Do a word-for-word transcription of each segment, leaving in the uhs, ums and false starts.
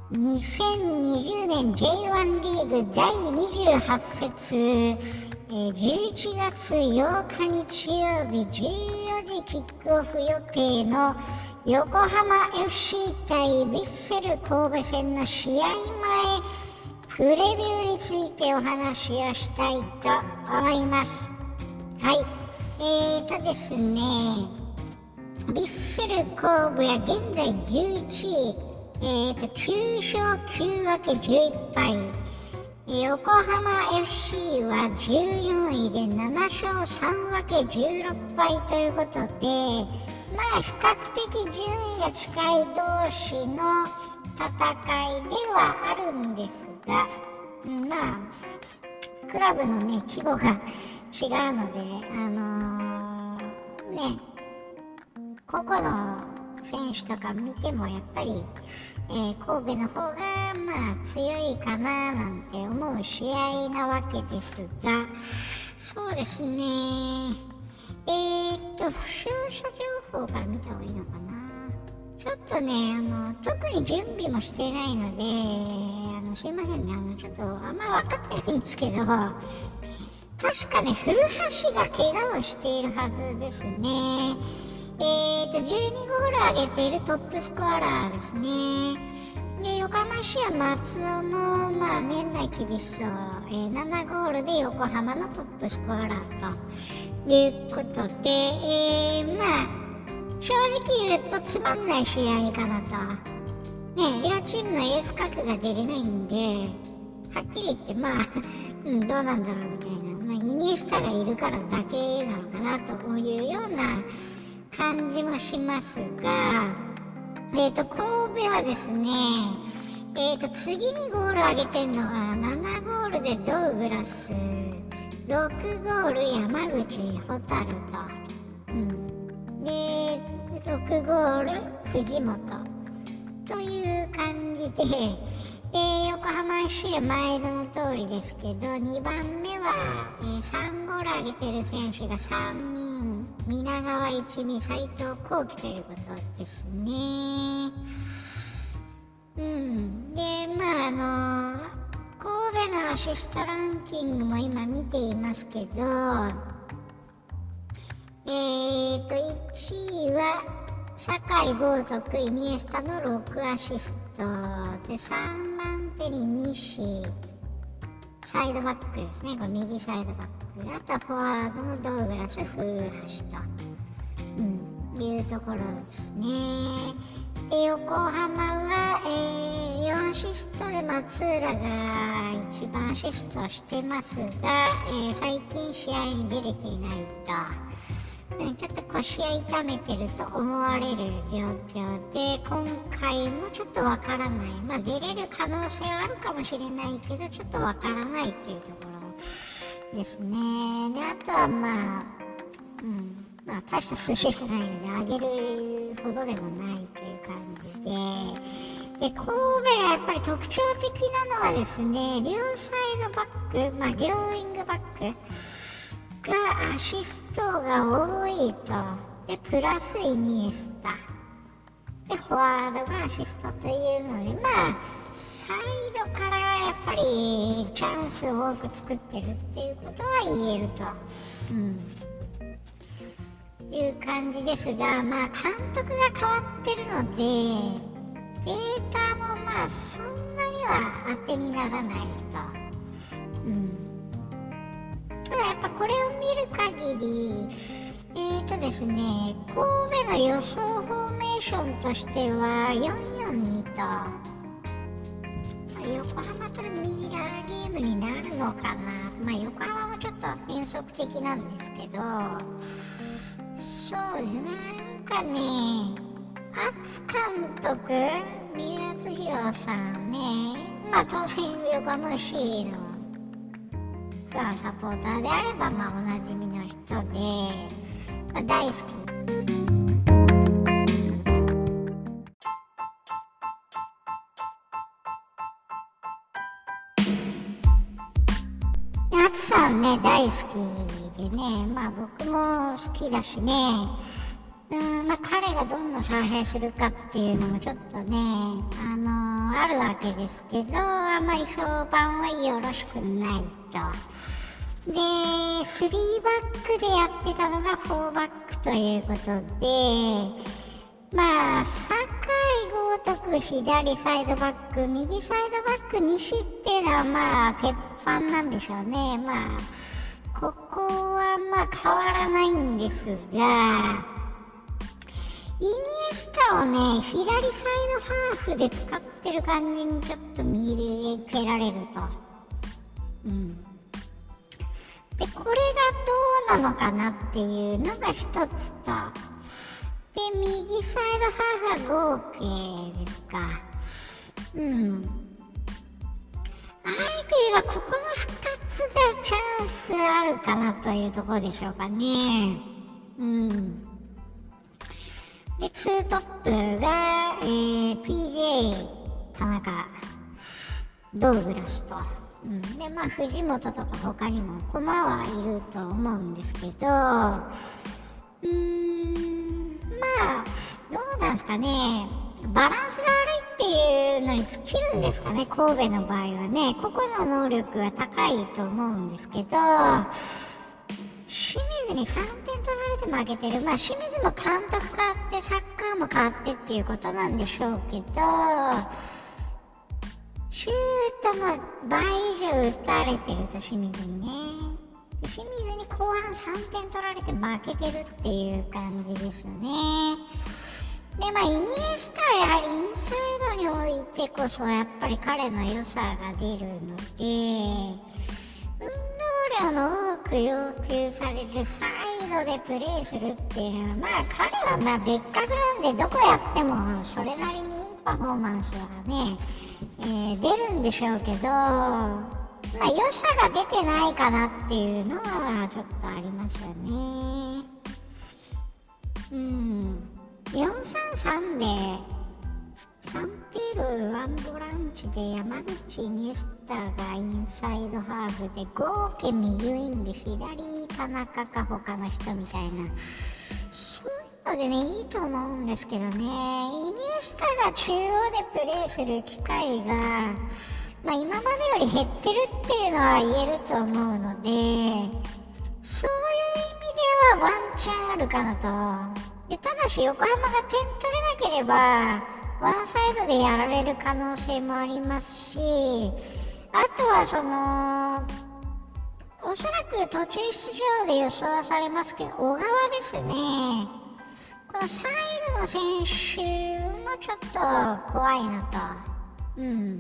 にせんにじゅうねん ジェイワン リーグだいにじゅうはち節、えー、じゅういちがつようか日曜日じゅうよじキックオフ予定の横浜 エフシー 対ヴィッセル神戸戦の試合前プレビューについてお話をしたいと思います。はい、えーとですね、ヴィッセル神戸は現在じゅういちい、えーときゅうしょうきゅうわけじゅういっぱい、横浜 エフシー はじゅうよんいでななしょうさんわけじゅうろっぱいということで、まあ比較的順位が近い同士の戦いではあるんですが、まあクラブのね規模が違うので、あのー、ね個々の選手とか見てもやっぱり、えー、神戸の方がまあ強いかななんて思う試合なわけですが、そうですね、えーっと負傷者情報から見た方がいいのかな。ちょっとね、あの特に準備もしていないので、あのすいませんね、あのちょっとあんま分かってないんですけど、確かね古橋が怪我をしているはずですね。えーとじゅうにゴール挙げているトップスコアラーですね。で横浜市は松尾の、まあ、年内厳しそう、えー、ななゴールで横浜のトップスコアラーということで、えー、まあ正直言うとつまんない試合かなと。ね、両チームのエース格が出れないんで、はっきり言ってまあ、うん、どうなんだろうみたいな、まあ、イニエスタがいるからだけなのかなというような感じもしますが、えーと神戸はですね、えーと次にゴール挙げてるのはななゴールでドウグラス、ろくゴール山口蛍と、うん、でろくゴール藤本という感じで、えー、横浜 エフシー は毎度の通りですけど、にばんめは、えー、さんゴール挙げてる選手がさんにん、皆川一味、斉藤幸輝ということですね。うん、でまああの神戸のアシストランキングも今見ていますけど、えーといちいは酒井豪徳、イニエスタのろくアシストで、さんばん手に西、サイドバックですね、これ右サイドバック、あとはフォワードのドウグラス、古橋と、うん、いうところですね。で横浜は、えー、よんアシストで松浦が一番アシストしてますが、えー、最近試合に出れていないと、ね、ちょっと腰を痛めてると思われる状況で、今回もちょっとわからない、まあ出れる可能性はあるかもしれないけどちょっとわからないというところですね。であとはまあ、うんまあ、大した数字じゃないので上げるほどでもないという感じで、で神戸がやっぱり特徴的なのはですね、両サイドバック、まあ両ウィングバックがアシストが多いと、でプラスイニエスタでフォワードがアシストというので、まあサイドからやっぱりチャンスを多く作ってるっていうことは言えると、うんいう感じですが、まあ監督が変わってるのでデータもまあそんなには当てにならないと、うん、ただやっぱこれを見る限り、えーとですね、神戸の予想フォーメーションとしてはよんよんにと、横浜とのミラーゲームになるのかな。まあ横浜もちょっと変則的なんですけど、そうですね、なんかね、厚監督、三浦敦弘さんね、まあ当然横浜 エフシー のファンサポーターであればまあおなじみの人で、まあ、大好き。厚さんね大好きでね、まあ僕も好きだしね、 うん、まあ彼がどんな采配するかっていうのもちょっとね、あのーあるわけですけど、あんまり評判はよろしくないと。で、スリーバックでやってたのがフォーバックということで、まあ、酒井豪徳左サイドバック、右サイドバック西っていうのはまあ、鉄板なんでしょうね。まあ、ここはまあ変わらないんですが、イニエスタをね、左サイドハーフで使ってる感じにちょっと見受けられると。うん。で、これがどうなのかなっていうのが一つと、で、右サイドハーフは合計ですか。うん。あえて言えばここのふたつがチャンスあるかなというところでしょうかね。うん。で、ツートップが、えー、ピージェー、田中、ドウグラスと。うん、で、まあ、藤本とか他にも駒はいると思うんですけど、うーん、まあ、どうなんですかね。バランスが悪いっていうのに尽きるんですかね、神戸の場合はね。個々の能力が高いと思うんですけど、清水にさんてん取られて負けてる。まあ清水も監督変わってサッカーも変わってっていうことなんでしょうけど、シュートも倍以上打たれてると清水にね。清水に後半さんてん取られて負けてるっていう感じですよね。で、まあ、イニエスタはやはりインサイドにおいてこそやっぱり彼の良さが出るので、運動量の多く要求されるサイドでプレーするっていうのは、まあ彼はまあ別格なんでどこやってもそれなりにいいパフォーマンスはね、えー、出るんでしょうけど、まあ良さが出てないかなっていうのはちょっとありますよね。うん。よんさんさんでサンペルワンボランチで山口イニエスタがインサイドハーフで合計右ウイング左田中か他の人みたいな、そういうのでねいいと思うんですけどね。イニエスタが中央でプレーする機会が、まあ、今までより減ってるっていうのは言えると思うので、そういう意味ではワンチャンあるかなと。でただし横浜が点取れなければワンサイドでやられる可能性もありますし、あとはそのおそらく途中出場で予想はされますけど小川ですね。このサイドの選手もちょっと怖いなと。うん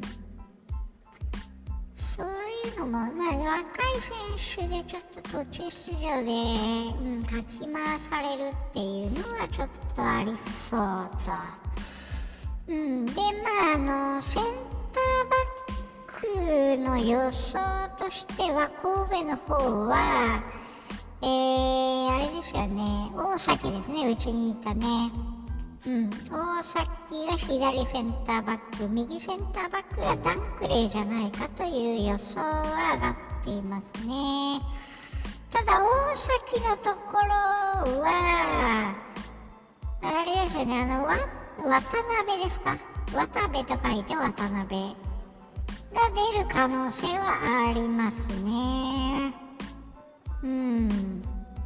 そういうのも、まあ、若い選手でちょっと途中出場で、うん、かき回されるっていうのはちょっとありそうと。うん、で、まあ、あの、センターバックの予想としては、神戸の方は、えー、あれですよね、大崎ですね、うちにいたね。うん、大崎が左センターバック、右センターバックがダンクレーじゃないかという予想は上がっていますね。ただ大崎のところはあれですよね、あのわ渡辺ですか、渡部と書いて渡辺が出る可能性はありますね。うん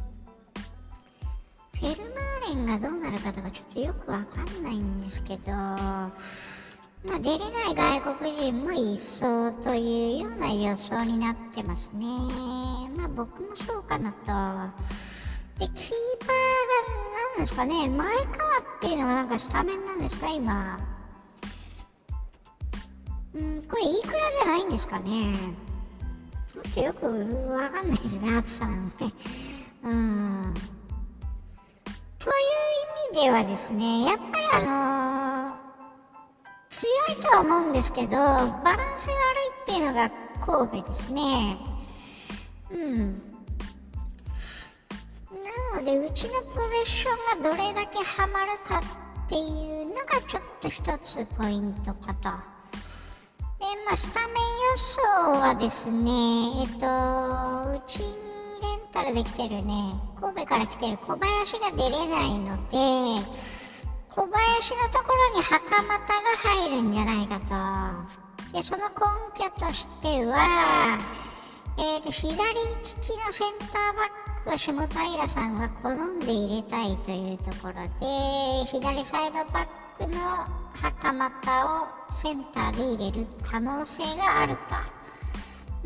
フェルマーレンがどうなるかとかちょっとよくわかんないんですけど、まあ、出れない外国人もいそうというような予想になってますね。まあ僕もそうかなと。で、キーパーが何ですかね、前川っていうのはなんかスタメンなんですか今。うん、これいいくらじゃないんですかね。ちょっとよくわかんないですね、暑さなので。うん。という意味ではですね、やっぱりあのー、強いとは思うんですけど、バランスが悪いっていうのが神戸ですね。うん。なので、うちのポゼッションがどれだけハマるかっていうのがちょっと一つポイントかと。で、まあ、スタメン予想はですね、えっと、うちに連タルで来てるね、神戸から来てる小林が出れないので、小林のところに袴田が入るんじゃないかと。で、その根拠としては、えーと、左利きのセンターバックを下平さんが好んで入れたいというところで、左サイドバックの袴田をセンターで入れる可能性があると。うん。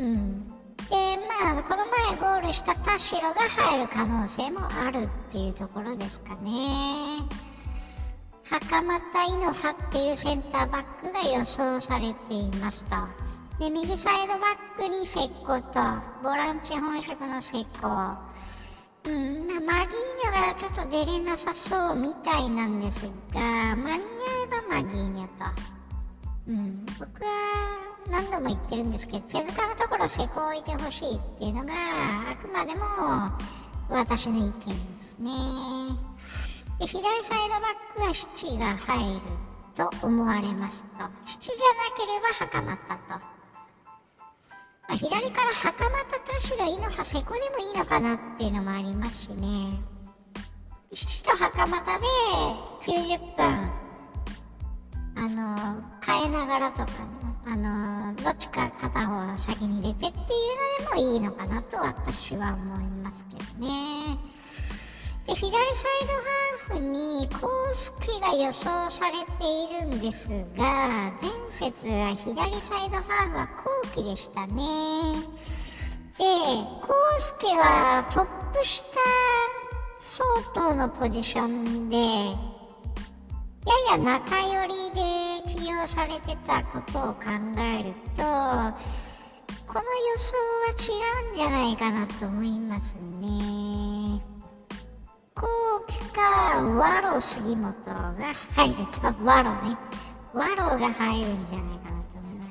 で、まあ、この前ゴールした田代が入る可能性もあるっていうところですかね。袴田イノハっていうセンターバックが予想されていますと。で、右サイドバックにセッコと、ボランチ本職のセッコ。うん、まあ、マギーニョがちょっと出れなさそうみたいなんですが、間に合えばマギーニョと。うん、僕は何度も言ってるんですけど、手塚のところセコを置いてほしいっていうのが、あくまでも私の意見ですね。で、左サイドバックは七が入ると思われますと。七じゃなければ袴田と。まあ、左から袴田、田代、イノハ、セコでもいいのかなっていうのもありますしね。七と袴田できゅうじゅっぷん、あの、変えながらとか、あの、どっちか片方先に出てっていうのでもいいのかなと私は思いますけどね。で、左サイドハーフにコウスケが予想されているんですが、前節は左サイドハーフは後期でしたね。で、コウスケはトップ下相当のポジションで、やや中寄りで起用されてたことを考えると、この予想は違うんじゃないかなと思いますね。後期かワロ杉本が入ると、ワロね。ワロが入るんじゃないかなと思い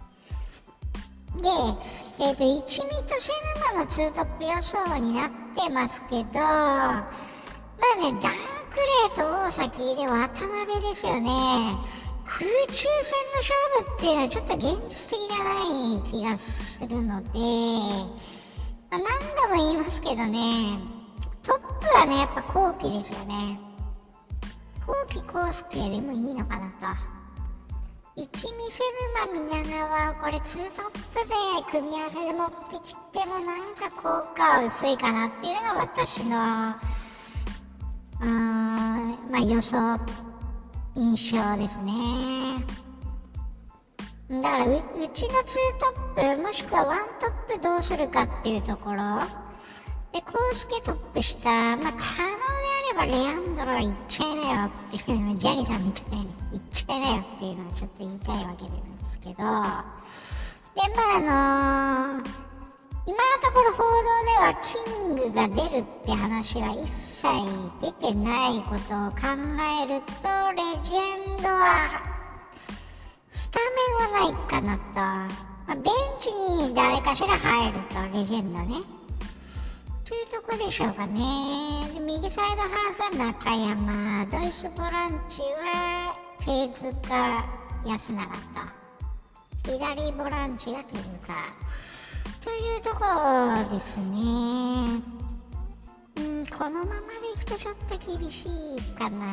ます。で、えっ、ー、と、一味と瀬沼のツートップ予想になってますけど、まあね、ダンクレーと大崎で渡辺ですよね。空中戦の勝負っていうのはちょっと現実的じゃない気がするので、まあ、何度も言いますけどね、トップはね、やっぱ後期ですよね。後期コウスケでもいいのかなと。一味瀬沼皆川をこれツートップで組み合わせで持ってきてもなんか効果は薄いかなっていうのが私のうーん、まあ予想、印象ですね。だからう、うちのツートップ、もしくはワントップどうするかっていうところ。で、コウスケトップした、まあ可能であればレアンドロ行っちゃいなよっていうのを、ジャニーさんみたいに行っちゃいなよっていうのをちょっと言いたいわけなんですけど。で、まああのー、今のところ報道ではキングが出るって話は一切出てないことを考えると、レジェンドはスタメンはないかなと。まあ、ベンチに誰かしら入ると、レジェンドね。というとこでしょうかね。で、右サイドハーフは中山、ドイツボランチは手塚安永と。左ボランチが手塚。というところですね。うん、このままでいくとちょっと厳しいかな。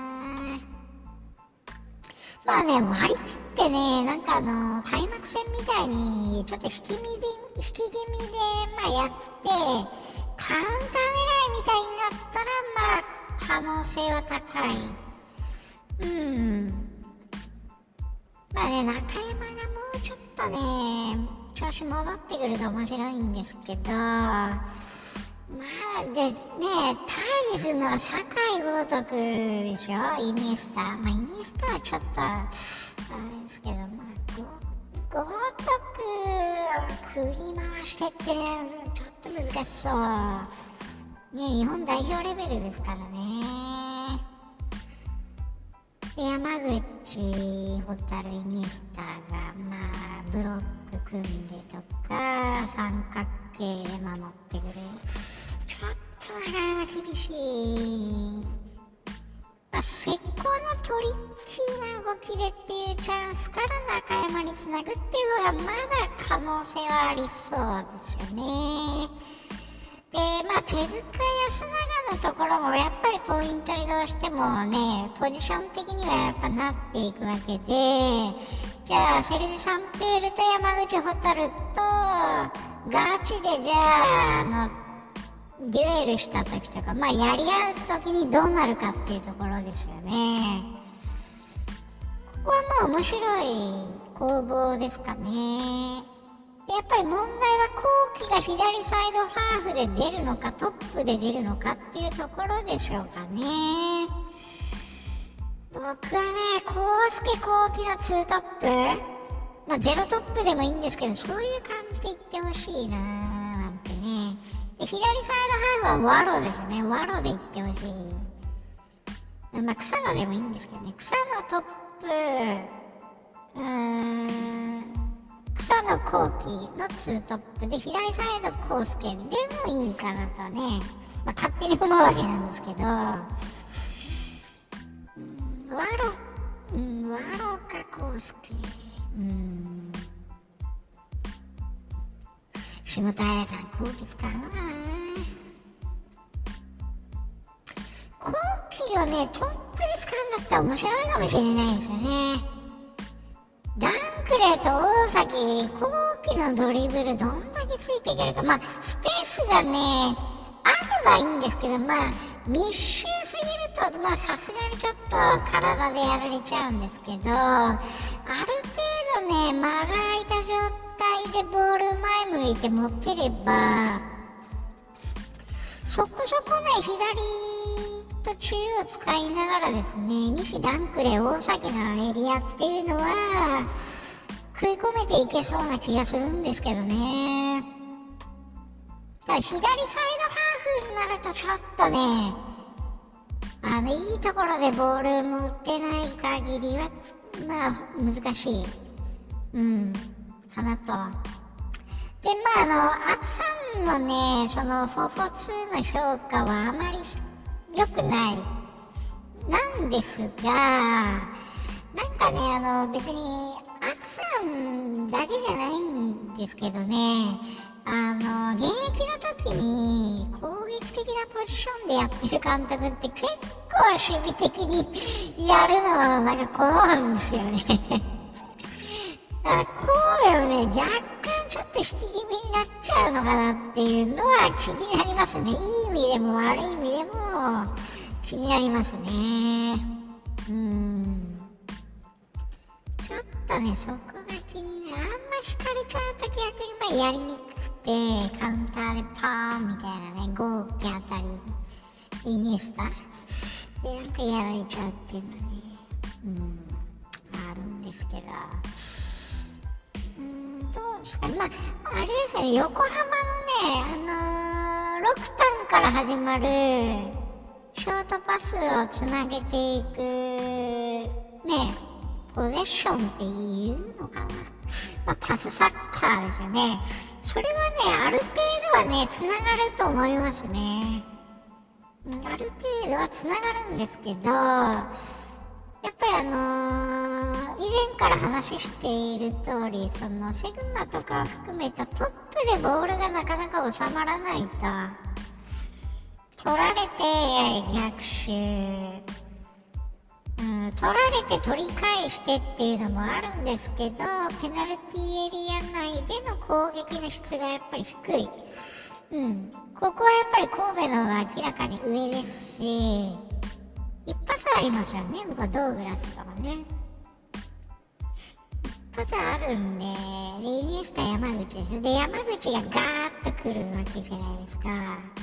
まあね、割り切ってね、なんかあの、開幕戦みたいに、ちょっと引き身で、引き気味で、まあやって、カウンター狙いみたいになったら、まあ、可能性は高い。うん。まあね、中山がもうちょっとね、調子戻ってくると面白いんですけど、まあでね、対峙するのは酒井豪徳でしょ、イニエスタ。まあイニエスタはちょっと、あれですけど、まあ、豪徳振り回してってね、ちょっと難しそう。ね、日本代表レベルですからね。で、山口、ホタル、イニエスタが、まあ、ブロック組んでとか、三角形で守ってくる。ちょっとなかなか厳しい。まあ、石膏のトリッキーな動きでっていうチャンスから中山につなぐっていうのがまだ可能性はありそうですよね。で、 まあ手塚康永のところもやっぱりポイントにどうしてもね、ポジション的にはやっぱなっていくわけで、じゃあセルジ・サンペールと山口蛍とガチでじゃあ、あのデュエルした時とか、まあやり合う時にどうなるかっていうところですよね。ここはまあ面白い攻防ですかね。やっぱり問題は後期が左サイドハーフで出るのかトップで出るのかっていうところでしょうかね。僕はね、コウスケ後期のツートップ、まあゼロトップでもいいんですけど、そういう感じでいってほしいなーなんてね。で左サイドハーフはワロですよね。ワロでいってほしい。まあ草野でもいいんですけどね。草野トップ、うーん草野後期のツートップで左サイドコウスケでもいいかなとね、まあ、勝手に思うわけなんですけど、ワロ、うん、ワロかコウスケ、うん、下平さん後期使うのかな。後期をねトップで使うんだったら面白いかもしれないですよね。ダンクレーと大崎、後期のドリブルどんだけついていけるか。まあスペースがねあればいいんですけど、まあ密集すぎるとまあさすがにちょっと体でやられちゃうんですけど、ある程度ね間が空いた状態でボール前向いて持ってればそこそこね左と中央を使いながらですね、西ダンクレ大崎のエリアっていうのは食い込めていけそうな気がするんですけどね。ただ左サイドハーフになるとちょっとね、あのいいところでボール持ってない限りはまあ難しい、うんかなと。でまああのアツさんのねそのフォーフォーツーの評価はあまり良くないなんですが、なんかねあの別にアツさんだけじゃないんですけどね、あの現役の時に攻撃的なポジションでやってる監督って結構守備的にやるのはなんか好むんですよねだから神戸をね若干ちょっと引き気味になっちゃうのかなっていうのは気になりますね。いい意味でも悪い意味でも気になりますね。うーんちょっとねそこが気になる。あんま引かれちゃうと逆にまあやりにくくてカウンターでパーンみたいなね、ゴーってあたりイニエスタでなんかやられちゃうっていうのはね、うんあるんですけど、うーんどうですかね。まああれですね、横浜のねあのー、ろくターンから始まるショートパスをつなげていくねポゼッションっていうのかな、まあ、パスサッカーですよね。それはねある程度はねつながると思いますね。ある程度はつながるんですけど、やっぱりあのー、以前から話している通り、そのセグマとかを含めたトップでボールがなかなか収まらないと取られて逆襲、うん、取られて取り返してっていうのもあるんですけど、ペナルティーエリア内での攻撃の質がやっぱり低い、うん、ここはやっぱり神戸の方が明らかに上ですし、一発ありますよね、僕はドーグラスとかね一発あるんで、でイニエスタ山口でしょ。で山口がガーッと来るわけじゃないですか。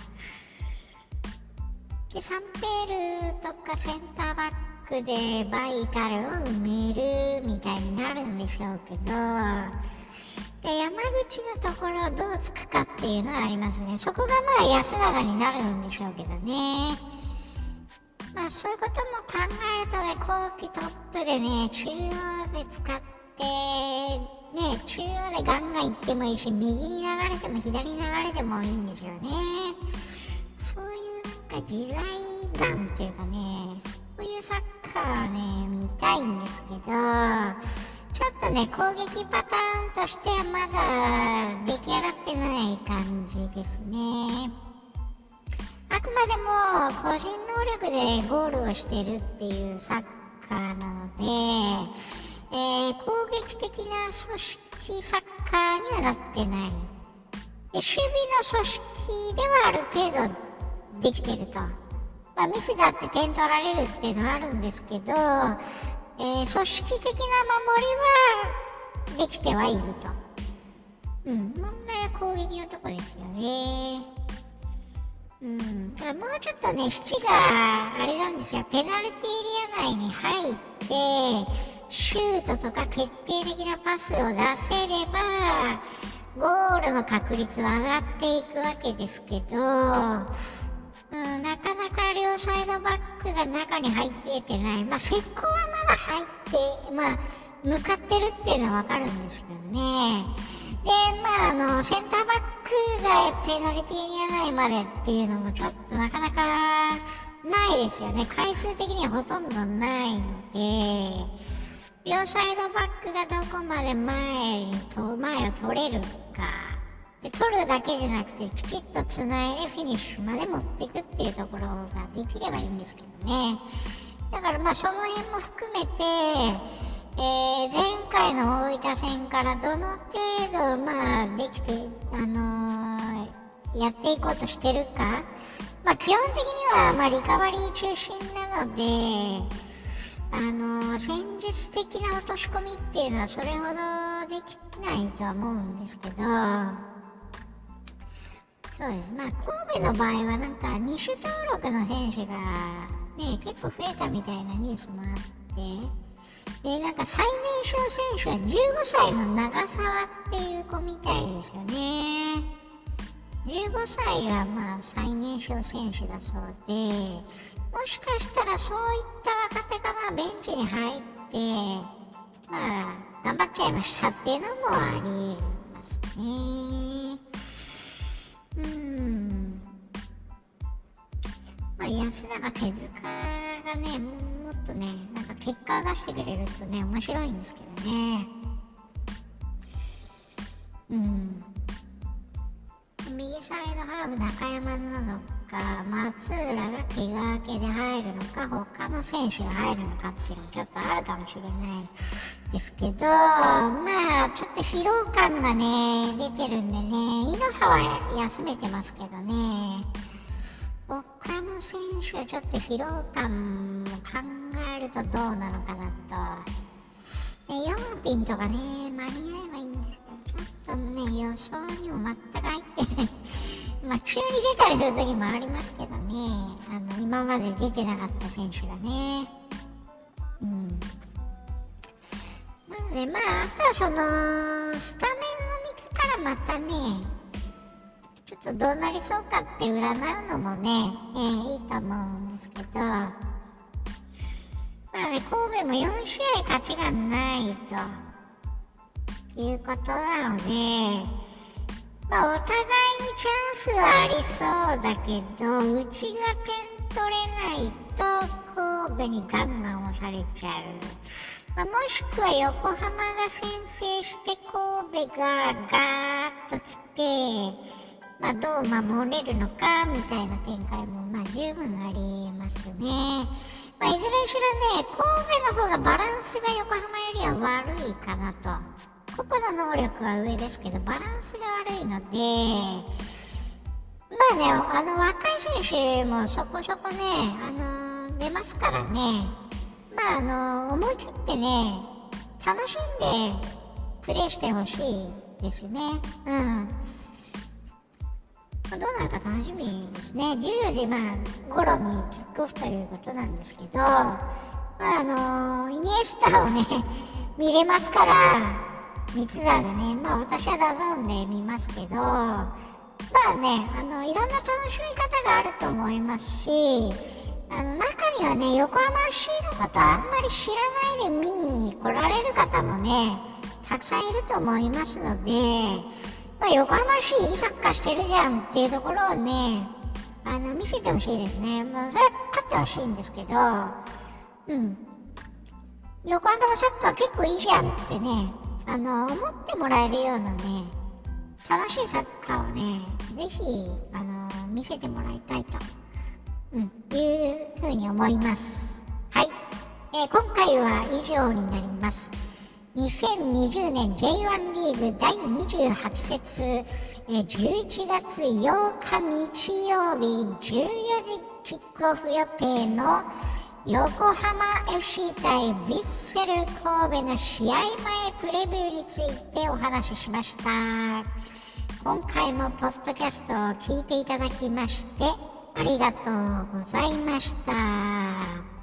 でサンペールとかセンターバックでバイタルを埋めるみたいになるんでしょうけど、で山口のところをどうつくかっていうのはありますね。そこがまあ安永になるんでしょうけどね。まあそういうことも考えるとね、後期トップでね中央で使ってね、中央でガンガン行ってもいいし、右に流れても左に流れてもいいんですよね。そういうなんか自在感っていうかね、そういうサッカーをね見たいんですけど、ちょっとね攻撃パターンとしてはまだ出来上がってない感じですね。 あくまでも個人能力でゴールをしてるっていうサッカーなので、えー、攻撃的な組織サッカーにはなってない。で守備の組織ではある程度できてると。まあ、ミスがあって点取られるっていうのはあるんですけど、えー、組織的な守りはできてはいると。うん、問題は攻撃のとこですよね。うん、だからもうちょっとね、七があれなんですよ、ペナルティーエリア内に入って、シュートとか決定的なパスを出せれば、ゴールの確率は上がっていくわけですけど、うん、なかなか両サイドバックが中に入れてない。まあ、石膏はまだ入って、まあ、向かってるっていうのはわかるんですけどね。で、まあ、あの、センターバックがペナルティーエリア内までっていうのもちょっとなかなかないですよね。回数的にはほとんどないので、両サイドバックがどこまで前にと前を取れるか。で、取るだけじゃなくて、きちっと繋いでフィニッシュまで持っていくっていうところができればいいんですけどね。だからまあ、その辺も含めて、えー、前回の大分戦からどの程度、まあ、できて、あのー、やっていこうとしてるか。まあ、基本的には、まあ、リカバリー中心なので、あのー、戦術的な落とし込みっていうのはそれほどできないとは思うんですけど、そうです。まあ、神戸の場合はなんか、二種登録の選手がね、結構増えたみたいなニュースもあって、で、なんか最年少選手はじゅうごさいの長沢っていう子みたいですよね。じゅうごさいがまあ最年少選手だそうで、もしかしたらそういった若手がまあベンチに入って、まあ頑張っちゃいましたっていうのもありますね。うーん。まあ安永手塚がね、もっとね、なんか結果を出してくれるとね、面白いんですけどね。うん。右サイドハーフ中山なのか、松浦が怪我明けで入るのか、他の選手が入るのかっていうのもちょっとあるかもしれないですけど、まあ、ちょっと疲労感がね、出てるんでね、井ノ原は休めてますけどね、他の選手はちょっと疲労感も考えるとどうなのかなと。よんピンとかね、間に合えばいいんですけど、ちょっとね、予想にも全く入ってない。まあ、急に出たりする時もありますけどね、あの、今まで出てなかった選手がね。うん。なので、まあ、あとはその、スタメンを見てからまたね、ちょっとどうなりそうかって占うのもね、えー、いいと思うんですけど、まあね、神戸もよん試合勝ちがないということなので、まあお互いにチャンスはありそうだけど、うちが点取れないと神戸にガンガン押されちゃう。まあ、もしくは横浜が先制して神戸がガーッと来て、まあ、どう守れるのかみたいな展開もまあ十分ありますね。まあ、いずれにしろね、神戸の方がバランスが横浜よりは悪いかなと。個々の能力は上ですけど、バランスが悪いので、まあね、あの若い選手もそこそこね、あのー、出ますからね、まああのー、思い切ってね、楽しんでプレーしてほしいですね。うん。どうなるか楽しみですね。じゅうよじまあ頃にキックオフということなんですけど、まああのー、イニエスタをね、見れますから、三沢でね、まあ私はダゾーンで見ますけど、まあね、あの、いろんな楽しみ方があると思いますし、あの、中にはね、横浜 エフシー のことあんまり知らないで見に来られる方もね、たくさんいると思いますので、まあ、横浜 エフシー いいサッカーしてるじゃんっていうところをね、あの、見せてほしいですね。まあ、それは勝ってほしいんですけど、うん。横浜のサッカー結構いいじゃんってね、あの、思ってもらえるようなね、楽しいサッカーをね、ぜひ、あの、見せてもらいたいとうん、いうふうに思います。はい、えー、今回は以上になります。にせんにじゅうねん ジェイワン リーグだいにじゅうはち節、えー、じゅういちがつようか日曜日じゅうよじキックオフ予定の横浜 エフシー 対ヴィッセル神戸の試合前プレビューについてお話ししました。今回もポッドキャストを聞いていただきましてありがとうございました。